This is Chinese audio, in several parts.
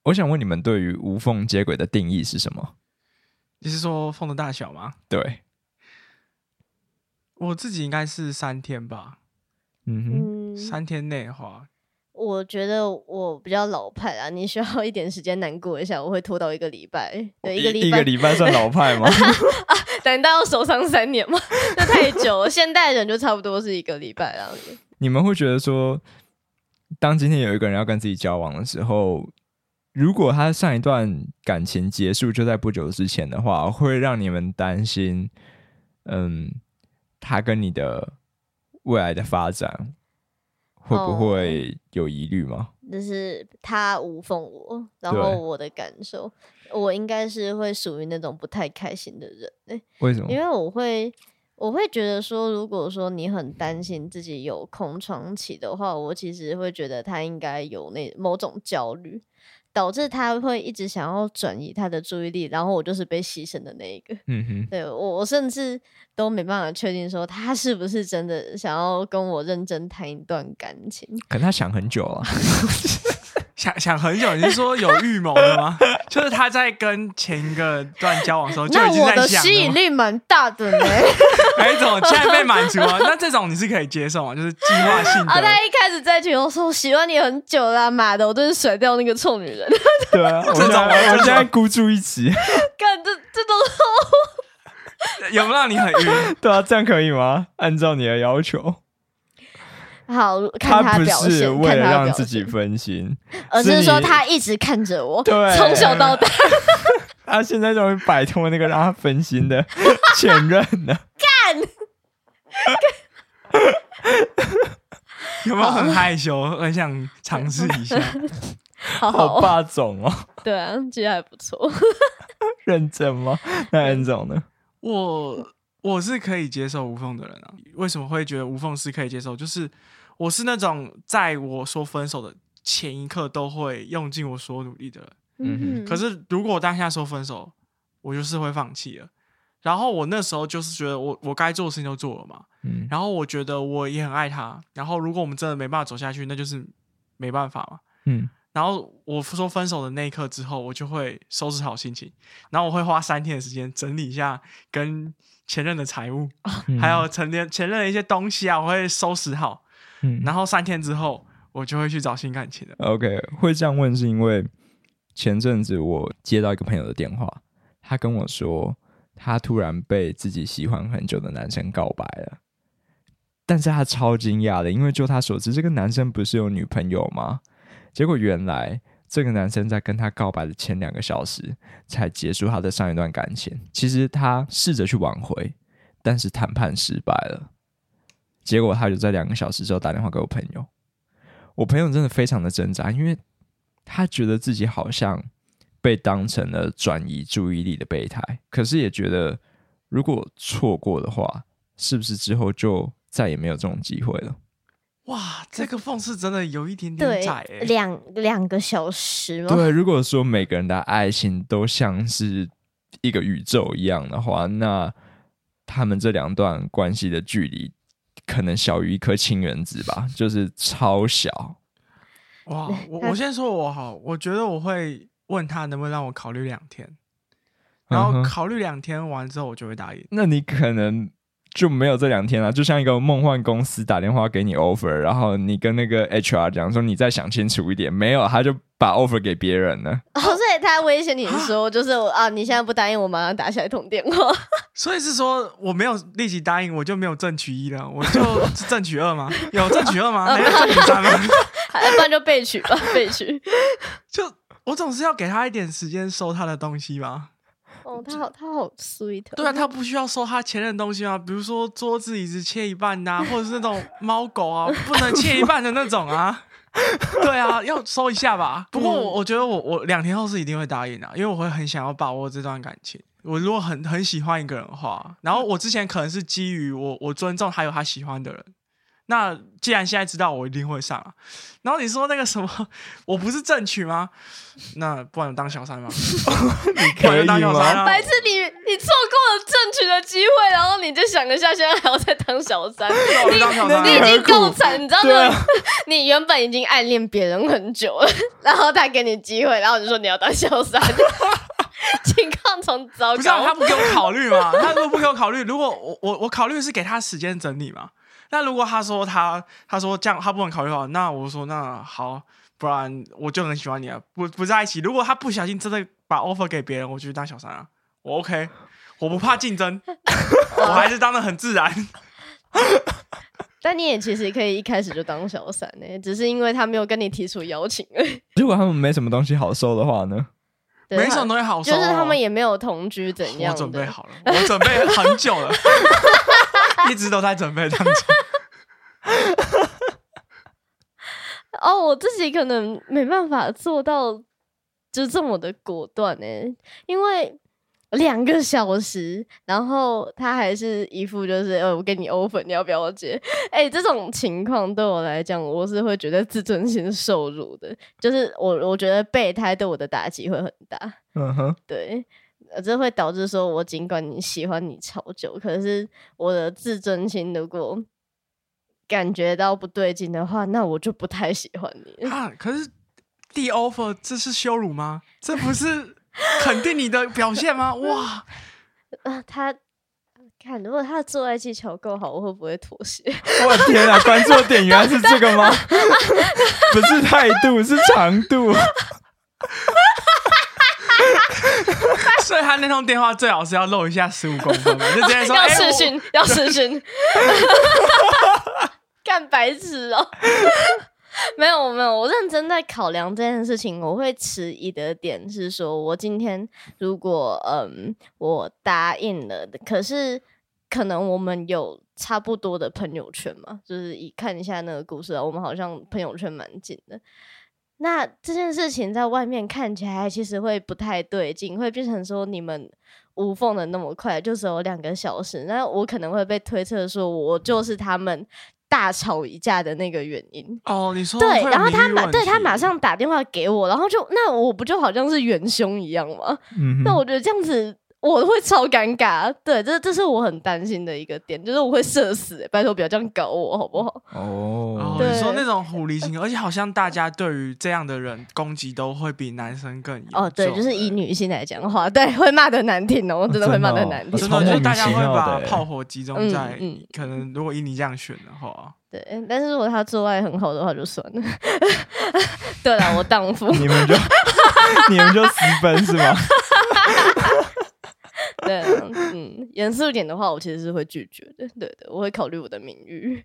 我想问你们对于无缝接轨的定义是什么？ 你是说缝的大小吗？ 对， 我自己应该是3天吧。3天内的话， 我觉得我比较老派啦，你需要一点时间难过一下，我会拖到1个礼拜。对， 一个礼拜算老派吗？ 等到手伤3年吗？这太久了，现代人就差不多是1个礼拜啦。 你们会觉得说，当今天有一个人要跟自己交往的时候，如果他上一段感情结束就在不久之前的话，会让你们担心，他跟你的未来的发展会不会有疑虑吗？ 就是他无缝我，然后我的感受，我应该是会属于那种不太开心的人。 为什么？ 因为我会觉得说，如果说你很担心自己有空窗期的话，我其实会觉得他应该有某种焦虑，导致他会一直想要转移他的注意力，然后我就是被牺牲的那一个。对，我甚至都没办法确定说他是不是真的想要跟我认真谈一段感情。 可能他想很久了。 想很久，你是说有预谋的吗？就是他在跟前一个段交往的时候就已经在想了。 那我的吸引力蛮大的呢。 哪一种现在被满足了？那这种你是可以接受吗？就是计划性的。 他一开始在一起我说我喜欢你很久啦，妈的，我真是甩掉那个臭女人。 对啊，我现在孤注一掷。 干这种有没有让你很晕？ 对啊，这样可以吗？按照你的要求。 好，看他表现， 他不是为了让自己分心， 而是说他一直看着我，从小到大。 他现在终于摆脱那个让他分心的前任了。 干， 有没有很害羞，很想尝试一下？ 好霸总哦。 对啊，其实还不错。 认真吗？那N总呢？ 我是可以接受无缝的人啊。为什么会觉得无缝是可以接受？就是我是那种在我说分手的前一刻都会用尽我所有努力的人。可是如果我当下说分手，我就是会放弃了。然后我那时候就是觉得我该做的事情都做了嘛。然后我觉得我也很爱他。然后如果我们真的没办法走下去，那就是没办法嘛。然后我说分手的那一刻之后，我就会收拾好心情，然后我会花3天的时间整理一下跟前任的财务，还有前任的一些东西啊，我会收拾好。然后3天之后，我就会去找新感情了。 OK， 会这样问是因为前阵子我接到一个朋友的电话，他跟我说他突然被自己喜欢很久的男生告白了，但是他超惊讶的，因为就他所知，这个男生不是有女朋友吗？结果原来这个男生在跟他告白的前2个小时才结束他的上一段感情。其实他试着去挽回，但是谈判失败了。结果他就在2个小时之后打电话给我朋友。我朋友真的非常的挣扎，因为他觉得自己好像被当成了转移注意力的备胎，可是也觉得如果错过的话，是不是之后就再也没有这种机会了？ 哇，这个缝是真的有一点点窄欸。 2个小时吗？ 对，如果说每个人的爱情都像是一个宇宙一样的话，那他们这2段关系的距离可能小于一颗氢原子吧，就是超小。 哇，我先说我好，我觉得我会问他能不能让我考虑2天，然后考虑2天完之后我就会答应。 那你可能就没有这2天了，就像一个梦幻公司打电话给你 offer， 然后你跟那个 HR 讲说你再想清楚一点，没有，他就把 offer 给别人了。 所以他威胁你说就是你现在不答应我马上打下一通电话。 所以是说我没有立即答应，我就没有正取1了，我就是正取2吗？有正取2吗？还有正取3吗？ 不然就备取吧，备取。 就我总是要给他一点时间收他的东西吧。 他好 sweet。 对啊，他不需要收他前任的东西啊，比如说桌子椅子切一半啊，或者是那种猫狗啊不能切一半的那种啊。对啊，要收一下吧。不过我觉得我2天后是一定会答应的，因为我会很想要把握这段感情。我如果很喜欢一个人的话，然后我之前可能是基于我尊重还有他喜欢的人， 那既然现在知道，我一定会上啊。然后你说那个什么，我不是正取吗？那不然我当小三吗？ 你可以当小三啊？ 白痴，你错过了正取的机会，然后你就想一下，现在还要再当小三， 我就当小三啊你已经够惨，你知道对啊吗？你原本已经暗恋别人很久了，然后他给你机会，然后你就说你要当小三，情况从糟不是、啊、他糕。 不给我考虑嘛？他如果不给我考虑，如果我考虑是给他时间整理嘛。那如果他说这样他不能考虑的话，那我说那好，不然我就很喜欢你啊，不在一起。如果他不小心真的把 offer 给别人，我就去当小三啊，我 OK， 我不怕竞争，我还是当得很自然。 但你也其实可以一开始就当小三只是因为他没有跟你提出邀请而已。 如果他们没什么东西好收的话呢？ 对没什么东西好说、 就是他们也没有同居怎样的。 我准备好了，我准备很久了，一直都在准备当中。 哦，我自己可能没办法做到就这么的果断因为2个小时，然后他还是一副就是我给你 offer， 你要不要接？这种情况对我来讲，我是会觉得自尊心受辱的，就是我觉得备胎对我的打击会很大。 嗯哼， 对。这会导致说我尽管你喜欢你超久，可是我的自尊心如果感觉到不对劲的话，那我就不太喜欢你啊！可是递 offer 这是羞辱吗？这不是肯定你的表现吗？哇！ 他看如果他的做爱技巧够好，我会不会妥协？ 我的天啊，关注的点原来是这个吗？不是态度，是长度。 所以他那通电话最好是要露一下15公分嘛，就直接说要视讯，要视讯，干白痴哦！没有，我认真在考量这件事情。我会迟疑的点是说，我今天如果我答应了，可是可能我们有差不多的朋友圈嘛，就是看一下那个故事啊，我们好像朋友圈蛮近的。那这件事情在外面看起来其实会不太对劲，会变成说你们无缝的那么快，就只有2个小时，那我可能会被推测说我就是他们大吵一架的那个原因。 哦，你说对，然后他马上上打电话给我，然后那我不就好像是元凶一样吗？那我觉得这样子我会超尴尬。对，这是我很担心的一个点，就是我会社死拜托不要这样搞我好不好？ 哦， 你说那种狐狸型，而且好像大家对于这样的人攻击都会比男生更严重。 对，就是以女性来讲的话，对，会骂得难听真的会骂得难听， 真的就是大家会把炮火集中在可能如果以你这样选的话。 对，但是如果他做爱很好的话就算了。对啦，我荡妇。 你们就私奔是吗？ 对，严肃一点的话，我其实是会拒绝的。对，我会考虑我的名誉。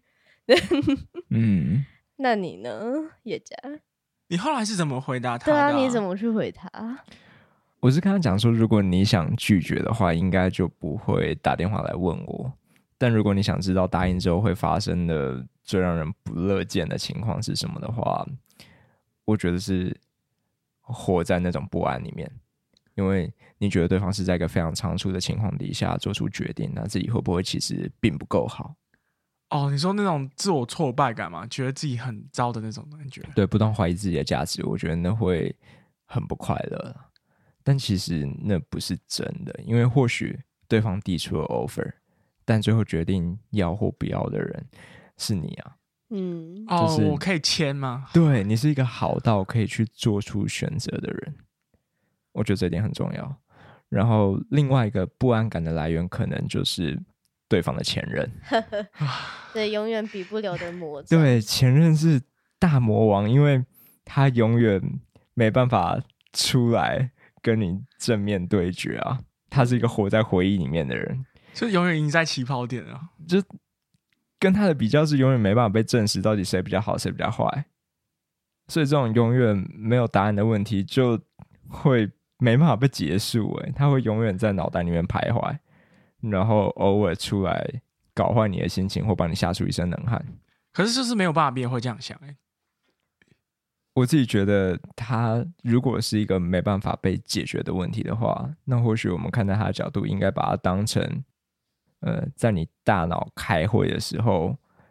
那你呢，叶家？ 你后来是怎么回答他的？ 对啊，你怎么去回他？ 我是跟他讲说，如果你想拒绝的话，应该就不会打电话来问我。但如果你想知道答应之后会发生的最让人不乐见的情况是什么的话，我觉得是活在那种不安里面，因为你觉得对方是在一个非常仓促的情况底下做出决定，那自己会不会其实并不够好？ 哦，你说那种自我挫败感嘛，觉得自己很糟的那种感觉。 对，不断怀疑自己的价值，我觉得那会很不快乐。但其实那不是真的，因为或许对方递出了 offer， 但最后决定要或不要的人是你啊。就是我可以签吗？ 对，你是一个好到可以去做出选择的人，我觉得这点很重要。然后另外一个不安感的来源，可能就是对方的前任。 对，永远比不了的魔掌。 对，前任是大魔王，因为他永远没办法出来跟你正面对决啊。他是一个活在回忆里面的人， 就永远赢在起跑点啊。 就跟他的比较是永远没办法被证实到底谁比较好谁比较坏，所以这种永远没有答案的问题就会没办法被结束。他会永远在脑袋里面徘徊，然后偶尔出来搞坏你的心情或把你吓出一身冷汗。 可是就是没有办法，别人会这样想。 我自己觉得他如果是一个没办法被解决的问题的话，那或许我们看待他的角度应该把它当成在你大脑开会的时候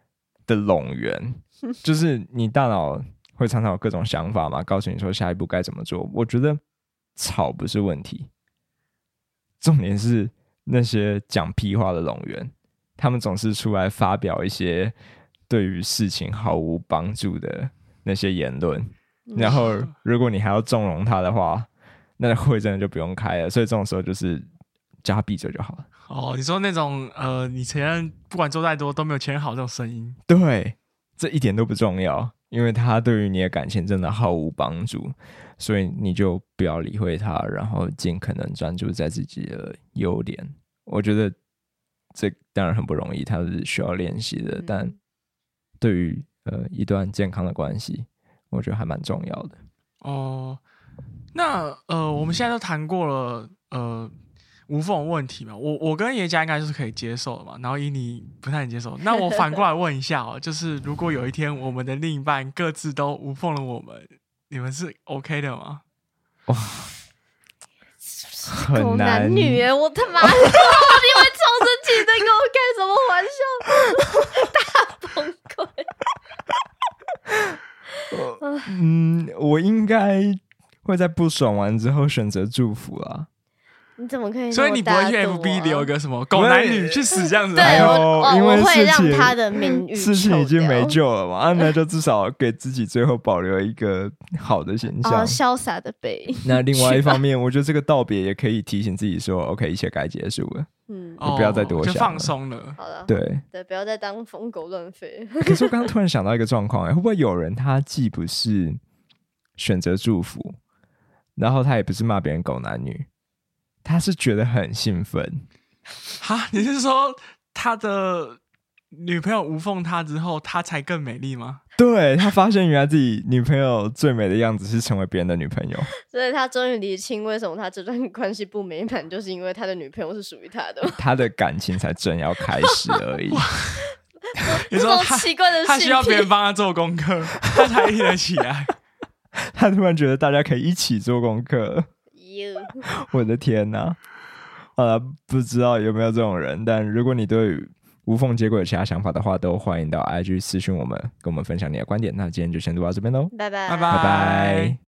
的冗员，就是你大脑会常常有各种想法嘛，告诉你说下一步该怎么做。我觉得吵不是问题，重点是那些讲屁话的冗员，他们总是出来发表一些对于事情毫无帮助的那些言论，然后如果你还要纵容他的话，那会真的就不用开了。所以这种时候就是叫他闭嘴就好了。 哦，你说那种你前任不管做再多都没有前任好这种声音， 对，这一点都不重要，因为他对于你的感情真的毫无帮助，所以你就不要理会他，然后尽可能专注在自己的优点。我觉得这当然很不容易，它是需要练习的，但对于一段健康的关系，我觉得还蛮重要的。 哦，那我们现在都谈过了无缝问题嘛，我跟爷家应该就是可以接受的嘛，然后以你不太能接受，那我反过来问一下哦，就是如果有一天我们的另一半各自都无缝了我们，你们是 OK 的吗？ 哇， 狗很难。 男女耶，我他妈的，你会超生气的，跟我开什么玩笑？大崩溃。 我应该会在不爽完之后选择祝福啦。 你怎么可以？ 所以你不会去 FB 留一个什么狗男女去死这样子？ 对， 因为我会让事情他的名誉事情已经没臭掉救了嘛，那就至少给自己最后保留一个好的形象。 潇洒的背。 那另外一方面，我觉得这个道别也可以提醒自己说 ，OK， 一切该结束了，你不要再多想了， 就放松了。 好了， 对， 不要再当疯狗乱飞。 可是我刚刚突然想到一个状况，会不会有人他既不是选择祝福，然后他也不是骂别人狗男女，他是觉得很兴奋？ 哈，你是说他的女朋友无缝他之后，他才更美丽吗？ 对，他发现原来自己女朋友最美的样子是成为别人的女朋友， 所以他终于理清为什么他这段关系不美满，就是因为他的女朋友是属于他的。 他的感情才正要开始而已。 你说这种奇怪的性癖他需要别人帮他做功课，他才立得起来。 他突然觉得大家可以一起做功课，我的天哪！好了，不知道有没有这种人，但如果你对无缝接轨有其他想法的话，都欢迎到 IG 私讯我们，跟我们分享你的观点。那今天就先录到这边喽， 拜拜拜拜拜。